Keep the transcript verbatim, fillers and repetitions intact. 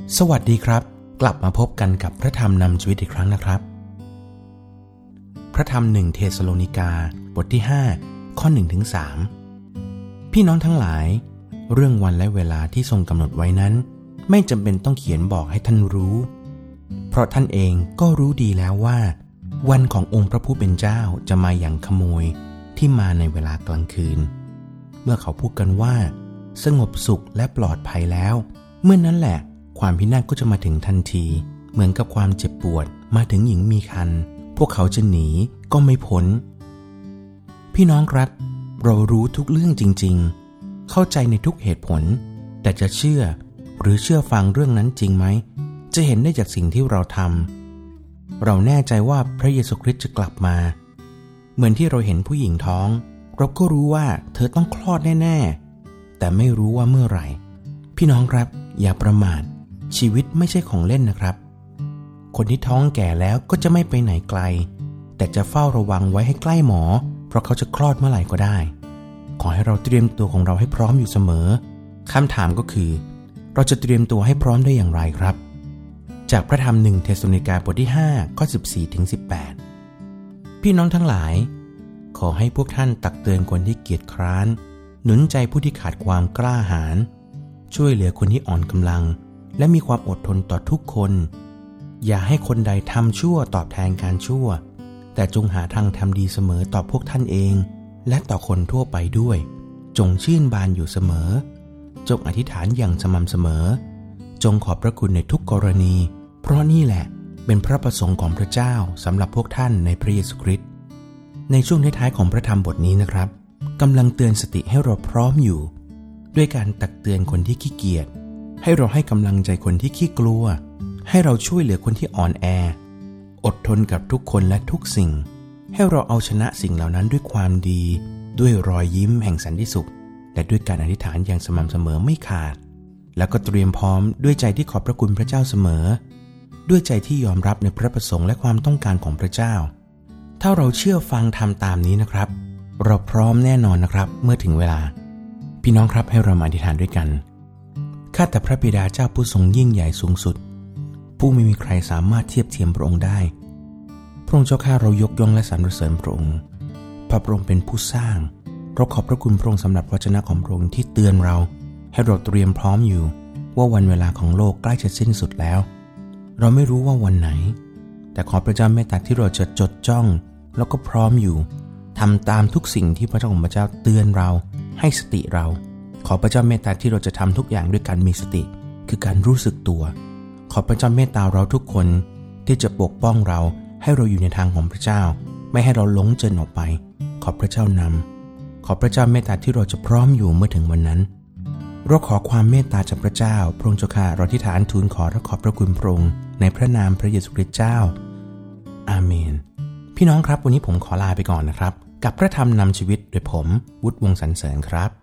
สวัสดีครับกลับมาพบกันกับพระธรรมนำชีวิตอีกครั้งนะครับพระธรรมหนึ่งเทสโลนิกาบทที่ห้าข้อหนึ่งถึงสามพี่น้องทั้งหลายเรื่องวันและเวลาที่ทรงกำหนดไว้นั้นไม่จำเป็นต้องเขียนบอกให้ท่านรู้เพราะท่านเองก็รู้ดีแล้วว่าวันขององค์พระผู้เป็นเจ้าจะมาอย่างขโมยที่มาในเวลากลางคืนเมื่อเขาพูดกันว่าสงบสุขและปลอดภัยแล้วเมื่อนั้นแหละความพินาศก็จะมาถึงทันทีเหมือนกับความเจ็บปวดมาถึงหญิงมีครรภ์พวกเขาจะหนีก็ไม่พ้นพี่น้องครับเรารู้ทุกเรื่องจริงๆเข้าใจในทุกเหตุผลแต่จะเชื่อหรือเชื่อฟังเรื่องนั้นจริงไหมจะเห็นได้จากสิ่งที่เราทำเราแน่ใจว่าพระเยซูคริสต์จะกลับมาเหมือนที่เราเห็นผู้หญิงท้องเราก็รู้ว่าเธอต้องคลอดแน่ๆแต่ไม่รู้ว่าเมื่อไหร่พี่น้องครับอย่าประมาทชีวิตไม่ใช่ของเล่นนะครับคนที่ท้องแก่แล้วก็จะไม่ไปไหนไกลแต่จะเฝ้าระวังไว้ให้ใกล้หมอเพราะเขาจะคลอดเมื่อไหร่ก็ได้ขอให้เราเตรียมตัวของเราให้พร้อมอยู่เสมอคำถามก็คือเราจะเตรียมตัวให้พร้อมได้อย่างไรครับจากพระธรรมหนึ่งเทสโลนิกาบทที่ห้าข้อสิบสี่ถึงสิบแปดพี่น้องทั้งหลายขอให้พวกท่านตักเตือนคนที่เกียจคร้านหนุนใจผู้ที่ขาดความกล้าหาญช่วยเหลือคนที่อ่อนกำลังและมีความอดทนต่อทุกคนอย่าให้คนใดทำชั่วตอบแทนการชั่วแต่จงหาทางทำดีเสมอต่อพวกท่านเองและต่อคนทั่วไปด้วยจงชื่นบานอยู่เสมอจงอธิษฐานอย่างสม่ำเสมอจงขอบพระคุณในทุกกรณีเพราะนี่แหละเป็นพระประสงค์ของพระเจ้าสำหรับพวกท่านในพระเยซูคริสต์ในช่วงท้ายๆของพระธรรมบทนี้นะครับกำลังเตือนสติให้เราพร้อมอยู่ด้วยการตักเตือนคนที่ขี้เกียจให้เราให้กำลังใจคนที่ขี้กลัวให้เราช่วยเหลือคนที่อ่อนแออดทนกับทุกคนและทุกสิ่งให้เราเอาชนะสิ่งเหล่านั้นด้วยความดีด้วยรอยยิ้มแห่งสันติสุขและด้วยการอธิษฐานอย่างสม่ำเสมอไม่ขาดแล้วก็เตรียมพร้อมด้วยใจที่ขอบพระคุณพระเจ้าเสมอด้วยใจที่ยอมรับในพระประสงค์และความต้องการของพระเจ้าถ้าเราเชื่อฟังทำตามนี้นะครับเราพร้อมแน่นอนนะครับเมื่อถึงเวลาพี่น้องครับให้เรามาอธิษฐานด้วยกันข้าแต่พระบิดาเจ้าผู้ทรงยิ่งใหญ่สูงสุดผู้ไม่มีใครสามารถเทียบเทียมพระองค์ได้พระองค์เจ้าข้าเรายกย่องและสรรเสริญพระองค์พระองค์เป็นผู้สร้างเราขอบพระคุณพระองค์สำหรับวจนะของพระองค์ที่เตือนเราให้เราเตรียมพร้อมอยู่ว่าวันเวลาของโลกใกล้จะสิ้นสุดแล้วเราไม่รู้ว่าวันไหนแต่ขอพระเจ้าเมตตาที่เราจะจดจ้องแล้วก็พร้อมอยู่ทำตามทุกสิ่งที่พระเจ้าของพระเจ้าเตือนเราให้สติเราขอพระเจ้าเมตตาที่เราจะทำทุกอย่างด้วยการมีสติคือการรู้สึกตัวขอพระเจ้าเมตตาเราทุกคนที่จะปกป้องเราให้เราอยู่ในทางของพระเจ้าไม่ให้เราหลงเจริญออกไปขอพระเจ้านำขอพระเจ้าเมตตาที่เราจะพร้อมอยู่เมื่อถึงวันนั้นเราขอความเมตตาจากพระเจ้าพระองค์เจ้าข้าเราอธิษฐานทูลขอและขอบพระคุณพระองค์ในพระนามพระเยซูคริสต์เจ้าอาเมนพี่น้องครับวันนี้ผมขอลาไปก่อนนะครับกับพระธรรมนำชีวิตโดยผมวุฒิวงศ์สรรเสริญครับ